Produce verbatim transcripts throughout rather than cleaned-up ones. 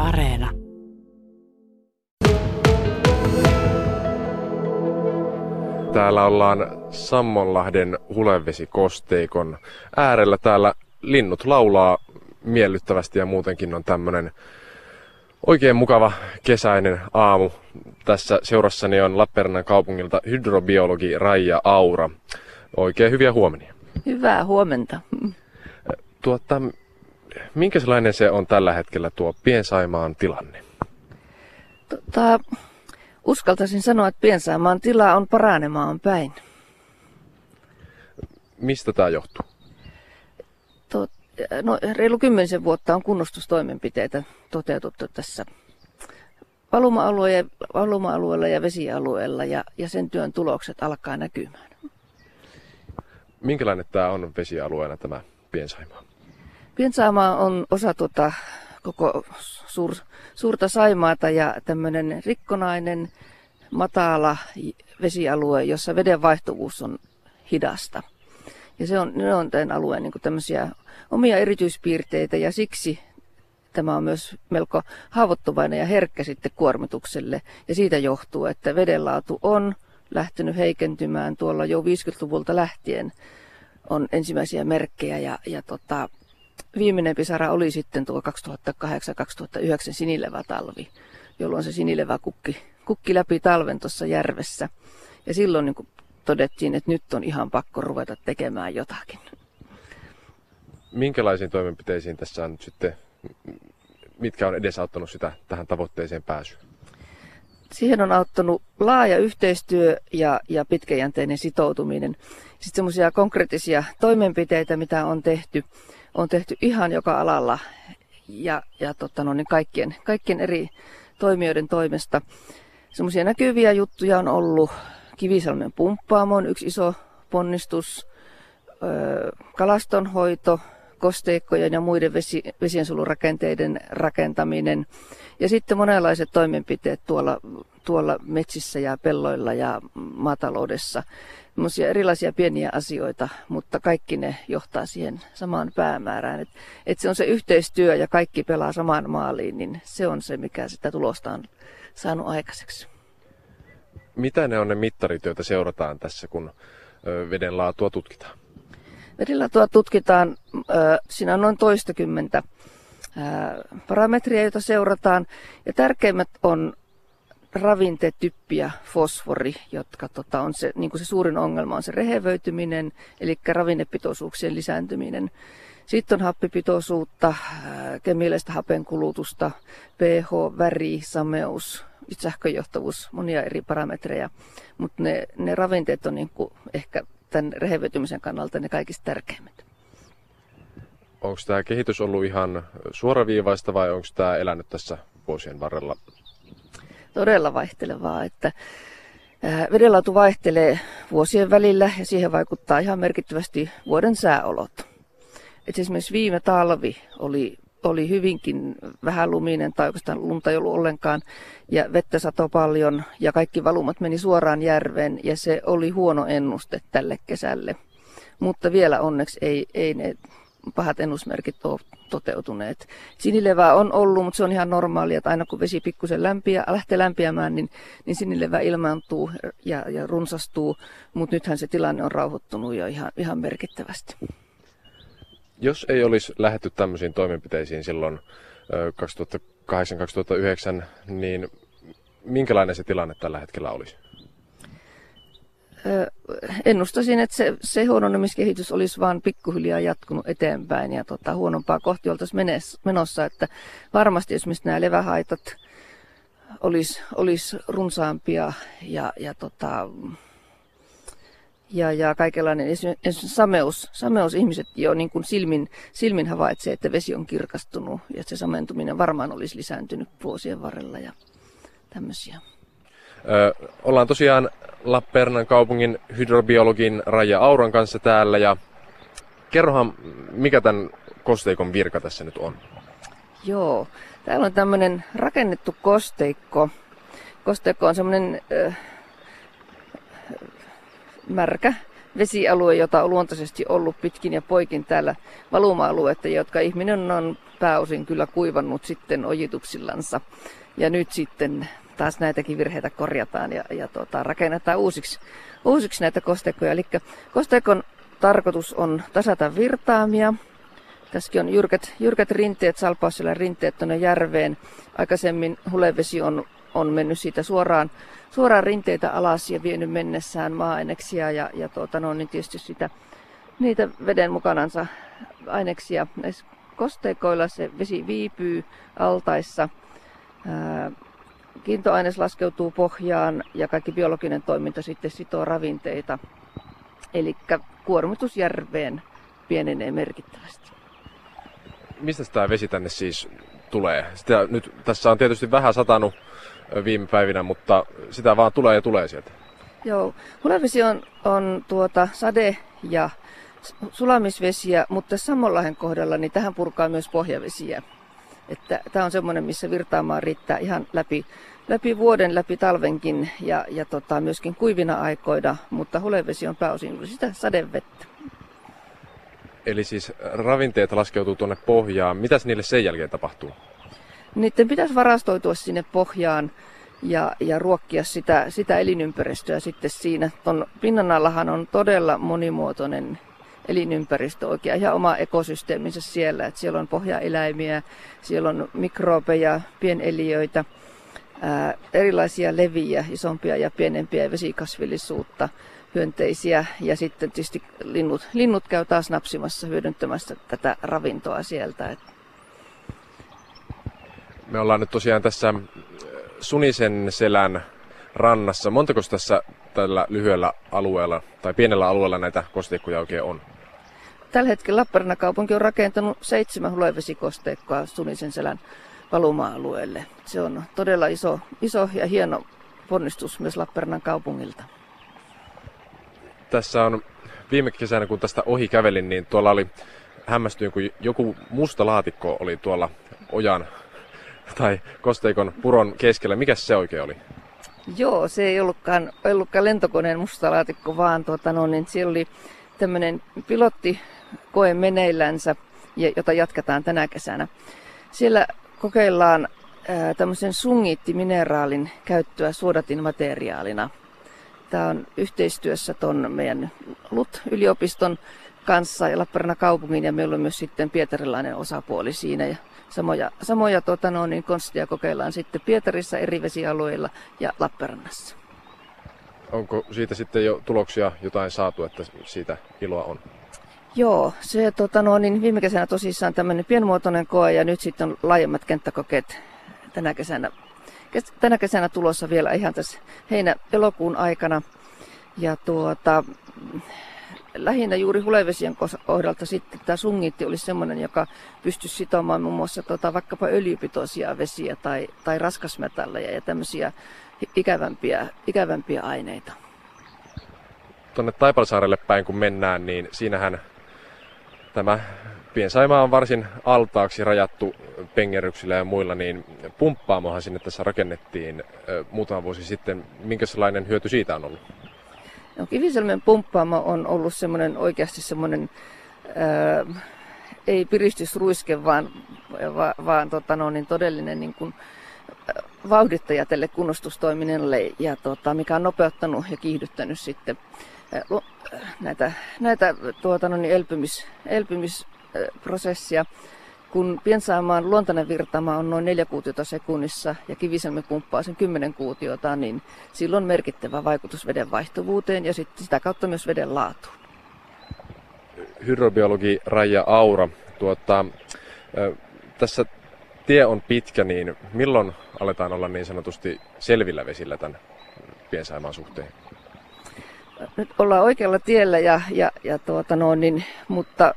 Areena. Täällä ollaan Sammonlahden hulevesikosteikon äärellä. Täällä linnut laulaa miellyttävästi ja muutenkin on tämmönen oikein mukava kesäinen aamu. Tässä seurassani on Lappeenrannan kaupungilta hydrobiologi Raija Aura. Oikein hyviä huomenia. Hyvää huomenta. Tuota, minkälainen se on tällä hetkellä tuo Pien-Saimaan tilanne? Tota, uskaltaisin sanoa, että Pien-Saimaan tila on paranemaan päin. Mistä tämä johtuu? Tot, no, reilu kymmenisen vuotta on kunnostustoimenpiteitä toteutettu tässä valuma-alueella, valuma-alueella ja vesialueella ja, ja sen työn tulokset alkaa näkymään. Minkälainen tämä on vesialueena tämä Pien-Saimaa? Pien-Saimaa on osa tuota koko suur, suurta Saimaata ja tämmöinen rikkonainen, matala vesialue, jossa veden vaihtuvuus on hidasta. Ja se on, ne on tämän alueen niin kuin tämmöisiä omia erityispiirteitä ja siksi tämä on myös melko haavoittuvainen ja herkkä sitten kuormitukselle. Ja siitä johtuu, että vedenlaatu on lähtenyt heikentymään tuolla jo viisikymmentäluvulta lähtien on ensimmäisiä merkkejä ja, ja tota, viimeinen pisara oli sitten tuo kaksituhattakahdeksan kaksituhattayhdeksän sinilevätalvi, jolloin se sinilevä kukki, kukki läpi talven tuossa järvessä. Ja silloin niin kuin todettiin, että nyt on ihan pakko ruveta tekemään jotakin. Minkälaisiin toimenpiteisiin tässä on nyt sitten, mitkä on edesauttanut sitä tähän tavoitteeseen pääsyä? Siihen on auttanut laaja yhteistyö ja, ja pitkäjänteinen sitoutuminen. Sitten semmoisia konkreettisia toimenpiteitä, mitä on tehty, on tehty ihan joka alalla ja, ja totta, no niin kaikkien, kaikkien eri toimijoiden toimesta. Semmoisia näkyviä juttuja on ollut Kivisalmen pumppaamo on yksi iso ponnistus, öö, kalastonhoito, kosteikkojen ja muiden vesi, vesiensuojelurakenteiden rakentaminen ja sitten monenlaiset toimenpiteet tuolla, tuolla metsissä ja pelloilla ja maataloudessa. Sellaisia erilaisia pieniä asioita, mutta kaikki ne johtaa siihen samaan päämäärään. Et, et se on se yhteistyö ja kaikki pelaa samaan maaliin, niin se on se, mikä sitä tulosta on saanut aikaiseksi. Mitä ne on ne mittarit, joita seurataan tässä, kun veden laatua tutkitaan? Vedenlaatua tutkitaan, siinä on noin toistakymmentä parametria, joita seurataan. Ja tärkeimmät on ravinte, typpi ja fosfori, jotka tota, on se, niin kuin se suurin ongelma on se rehevöityminen, eli ravinnepitoisuuksien lisääntyminen. Sitten on happipitoisuutta, kemiallista hapenkulutusta, pH, väri, sameus, sähköjohtavuus, monia eri parametreja. Mutta ne, ne ravinteet on niin kuin ehkä tämän rehevöitymisen kannalta ne kaikista tärkeimmät. Onko tämä kehitys ollut ihan suoraviivaista vai onko tämä elänyt tässä vuosien varrella? Todella vaihtelevaa, että vedenlaatu vaihtelee vuosien välillä ja siihen vaikuttaa ihan merkittävästi vuoden sääolot. Et esimerkiksi viime talvi oli, oli hyvinkin vähäluminen tai oikeastaan lunta ei ollut ollenkaan ja vettä satoi paljon ja kaikki valumat meni suoraan järveen ja se oli huono ennuste tälle kesälle. Mutta vielä onneksi ei, ei ne pahat ennusmerkit ole toteutuneet. Sinilevää on ollut, mutta se on ihan normaalia, että aina kun vesi pikkusen lämpiä, lähtee lämpiämään, niin, niin sinilevä ilmaantuu ja, ja runsastuu, mutta nythän se tilanne on rauhoittunut jo ihan, ihan merkittävästi. Jos ei olisi lähdetty tämmöisiin toimenpiteisiin silloin kaksituhattakahdeksan kaksituhattayhdeksän, niin minkälainen se tilanne tällä hetkellä olisi? Ennustaisin, että se, se huononemiskehitys olisi vain pikkuhiljaa jatkunut eteenpäin ja tota, huonompaa kohti oltaisiin menossa. Että varmasti esimerkiksi nämä levähaitat olisi, olisi runsaampia ja, ja, tota, ja, ja kaikenlainen esimerkiksi sameus. Sameus ihmiset jo niin kuin silmin, silmin havaitsee, että vesi on kirkastunut ja se samentuminen varmaan olisi lisääntynyt vuosien varrella ja tämmöisiä. Ö, ollaan tosiaan Lappeenrannan kaupungin hydrobiologin Raija Auran kanssa täällä ja kerrohan, mikä tämän kosteikon virka tässä nyt on? Joo, täällä on tämmöinen rakennettu kosteikko. Kosteikko on semmoinen äh, märkä, vesialue, jota on luontaisesti ollut pitkin ja poikin täällä valuma-aluetta, jotka ihminen on pääosin kyllä kuivannut sitten ojituksillansa. Ja nyt sitten taas näitäkin virheitä korjataan ja, ja tota, rakennetaan uusiksi, uusiksi näitä kosteikkoja. Eli kosteikon tarkoitus on tasata virtaamia. Tässäkin on jyrkät, jyrkät rinteet, salpausselän rinteet tuonne järveen. Aikaisemmin hulevesi on, on mennyt siitä suoraan, suoraan rinteitä alas ja vienyt mennessään maa-aineksia ja, ja tuota, no, niin tietysti sitä, niitä veden mukanansa aineksia. Näissä kosteikoilla se vesi viipyy altaissa. Ää, kiintoaines laskeutuu pohjaan ja kaikki biologinen toiminta sitten sitoo ravinteita. Eli kuormitus järveen pienenee merkittävästi. Mistä tämä vesi tänne siis tulee? Sitä nyt tässä on tietysti vähän satanut viime päivinä, mutta sitä vaan tulee ja tulee sieltä. Joo, hulevesi on, on tuota sade- ja sulamisvesiä, mutta Samonlahden kohdalla niin tähän purkaa myös pohjavesiä. Että tämä on semmoinen, missä virtaamaa riittää ihan läpi, läpi vuoden, läpi talvenkin ja, ja tota, myöskin kuivina aikoina, mutta hulevesi on pääosin sitä sadevettä. Eli siis ravinteet laskeutuu tuonne pohjaan. Mitäs niille sen jälkeen tapahtuu? Niiden pitäisi varastoitua sinne pohjaan ja, ja ruokkia sitä, sitä elinympäristöä sitten siinä. Tuon pinnan allahan on todella monimuotoinen elinympäristö, oikein ihan oma ekosysteeminsä siellä. Että siellä on pohjaeläimiä, siellä on mikrobeja, pieneliöitä, ää, erilaisia leviä, isompia ja pienempiä vesikasvillisuutta, hyönteisiä ja sitten tietysti linnut, linnut käy taas napsimassa, hyödyntämässä tätä ravintoa sieltä. Me ollaan nyt tosiaan tässä Sunisen selän rannassa. Montako tässä tällä lyhyellä alueella tai pienellä alueella näitä kosteikkoja oikein on? Tällä hetkellä Lappeenrannan kaupunki on rakentanut seitsemän hulevesikosteikkoa Sunisen selän valuma-alueelle. Se on todella iso, iso ja hieno ponnistus myös Lappeenrannan kaupungilta. Tässä on viime kesänä, kun tästä ohi kävelin, niin tuolla oli hämmästyin, kun joku musta laatikko oli tuolla ojan tai kosteikon puron keskellä. Mikäs se oikein oli? Joo, se ei ollutkaan, ollutkaan lentokoneen musta laatikko, vaan tuota, no, niin siellä oli tämmöinen pilottikoe meneillänsä, jota jatketaan tänä kesänä. Siellä kokeillaan ää, tämmöisen sungiittimineraalin käyttöä suodatinmateriaalina. Tämä on yhteistyössä tuon meidän L U T-yliopiston kanssa ja Lappeenrannan kaupungin ja meillä on myös sitten pietarilainen osapuoli siinä. Ja samoja samoja tota, no, niin konstia kokeillaan sitten Pietarissa eri vesialueilla ja Lappeenrannassa. Onko siitä sitten jo tuloksia jotain saatu, että siitä iloa on? Joo, se tota, no, niin viime kesänä tosissaan tämmöinen pienmuotoinen koe ja nyt sitten on laajemmat kenttäkokeet tänä kesänä. Tänä kesänä tulossa vielä ihan tässä heinä-elokuun aikana. Ja tuota, lähinnä juuri hulevesien kohdalta sitten tämä sungiitti olisi semmoinen, joka pystyisi sitomaan muun muassa tuota, vaikkapa öljypitoisia vesiä tai, tai raskasmetalleja ja tämmöisiä ikävämpiä, ikävämpiä aineita. Tuonne Taipalsaarelle päin kun mennään, niin siinähän tämä Pien-Saimaa on varsin altaaksi rajattu pengeryksillä ja muilla, niin pumppaamohan sinne tässä rakennettiin ö, muutama vuosi sitten. Minkälainen hyöty siitä on ollut? No, Kivisalmen pumppaamo on ollut semmoinen oikeasti semmoinen, ää, ei piristysruiske, vaan, va, vaan tota, no, niin todellinen niin kuin, vauhdittaja tälle kunnostustoiminnalle, ja, tota, mikä on nopeuttanut ja kiihdyttänyt sitten ää, näitä, näitä tuota, no, niin elpymis, elpymisprosessia. Kun Pien-Saimaan luontainen virtaama on noin neljä kuutiota sekunnissa ja Kivisalmi pumppaa sen kymmenen kuutiota, niin sillä on merkittävä vaikutus veden vaihtuvuuteen ja sitten sitä kautta myös veden laatuun. Hydrobiologi Raija Aura, tuota, tässä tie on pitkä, niin milloin aletaan olla niin sanotusti selvillä vesillä tämän Pien-Saimaan suhteen? Nyt ollaan oikealla tiellä, ja, ja, ja tuota no, niin, mutta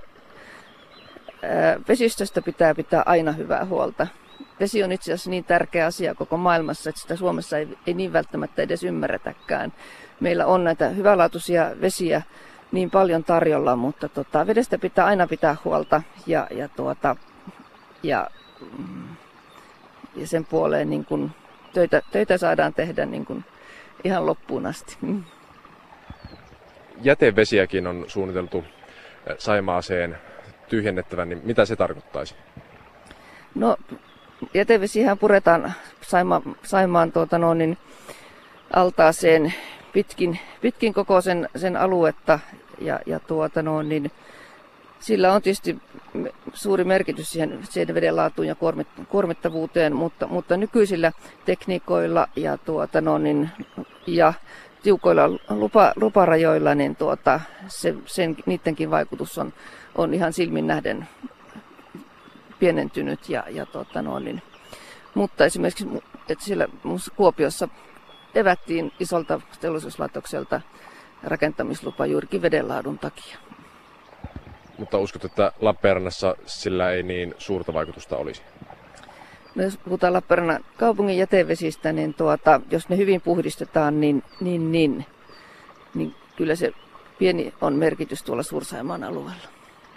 vesistöstä pitää pitää aina hyvää huolta. Vesi on itse asiassa niin tärkeä asia koko maailmassa, että sitä Suomessa ei, ei niin välttämättä edes ymmärretäkään. Meillä on näitä hyvälaatuisia vesiä niin paljon tarjolla, mutta tota, vedestä pitää aina pitää huolta ja, ja, tuota, ja, ja sen puoleen niin kun töitä, töitä saadaan tehdä niin kun ihan loppuun asti. jätevesiäkin on suunniteltu Saimaaseen tyhjennettävän, niin mitä se tarkoittaisi? No, jätevesihän puretaan Saima, Saimaan tuota, no, niin, altaaseen pitkin, pitkin koko sen, sen aluetta ja, ja tuota, no, niin, sillä on tietysti suuri merkitys siihen, siihen veden laatuun ja kuormittavuuteen, mutta, mutta nykyisillä tekniikoilla ja, tuota, no, niin, ja tiukoilla lupa, luparajoilla, niin tuota, se, sen, niidenkin vaikutus on, on ihan silmin nähden pienentynyt. Ja, ja, tuota, no, niin, mutta esimerkiksi että siellä Kuopiossa evättiin isolta teollisuuslaitokselta rakentamislupa juurikin vedenlaadun takia. Mutta uskot, että Lappeenrannassa sillä ei niin suurta vaikutusta olisi? No, jos puhutaan Lappeenrannan kaupungin jätevesistä, niin tuota, jos ne hyvin puhdistetaan, niin, niin, niin, niin kyllä se pieni on merkitys tuolla Suur-Saimaan alueella.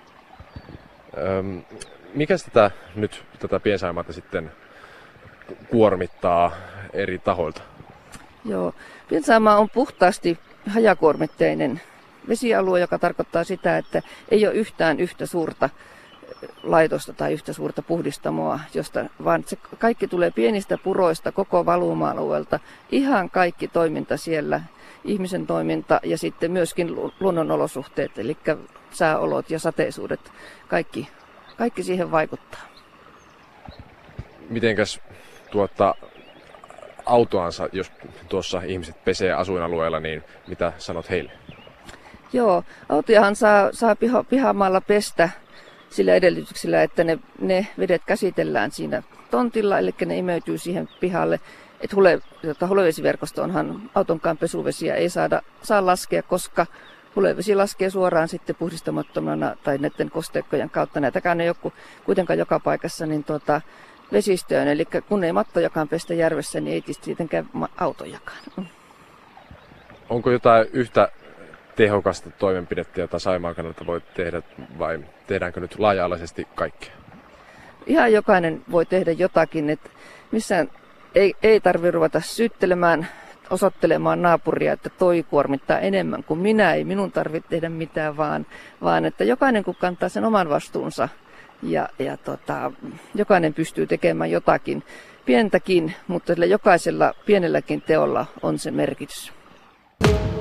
Öm, mikäs tätä nyt tätä Pien-Saimaata sitten kuormittaa eri tahoilta? Joo, Pien-Saimaa on puhtaasti hajakuormitteinen vesialue, joka tarkoittaa sitä, että ei ole yhtään yhtä suurta laitosta tai yhtä suurta puhdistamoa, josta, vaan se kaikki tulee pienistä puroista koko valuma-alueelta. Ihan kaikki toiminta siellä, ihmisen toiminta ja sitten myöskin luonnonolosuhteet, eli sääolot ja sateisuudet, kaikki, kaikki siihen vaikuttaa. Mitenkäs tuota autoansa, jos tuossa ihmiset pesee asuinalueella, niin mitä sanot heille? Joo, autojahan saa, saa piha, pihamaalla pestä sillä edellytyksellä, että ne, ne vedet käsitellään siinä tontilla, eli ne imeytyy siihen pihalle. Et hule, jota hulevesiverkosto onhan autonkaan pesuvesiä ei saada, saa laskea, koska hulevesi laskee suoraan sitten puhdistamattomana tai näiden kosteikkojen kautta. Näitäkään ei ole kuitenkaan joka paikassa niin tuota, vesistöön, eli kun ei mattojakaan pestä järvessä, niin ei tietenkään autojakaan. Onko jotain yhtä tehokasta toimenpidettä, jota Saimaan kannalta voi tehdä, vai tehdäänkö nyt laaja-alaisesti kaikkea? Ihan jokainen voi tehdä jotakin, että missään ei, ei tarvitse ruveta syyttelemään, osoittelemaan naapuria, että toi kuormittaa enemmän kuin minä, ei minun tarvitse tehdä mitään, vaan, vaan että jokainen kun kantaa sen oman vastuunsa ja, ja tota, jokainen pystyy tekemään jotakin pientäkin, mutta sillä jokaisella pienelläkin teolla on se merkitys.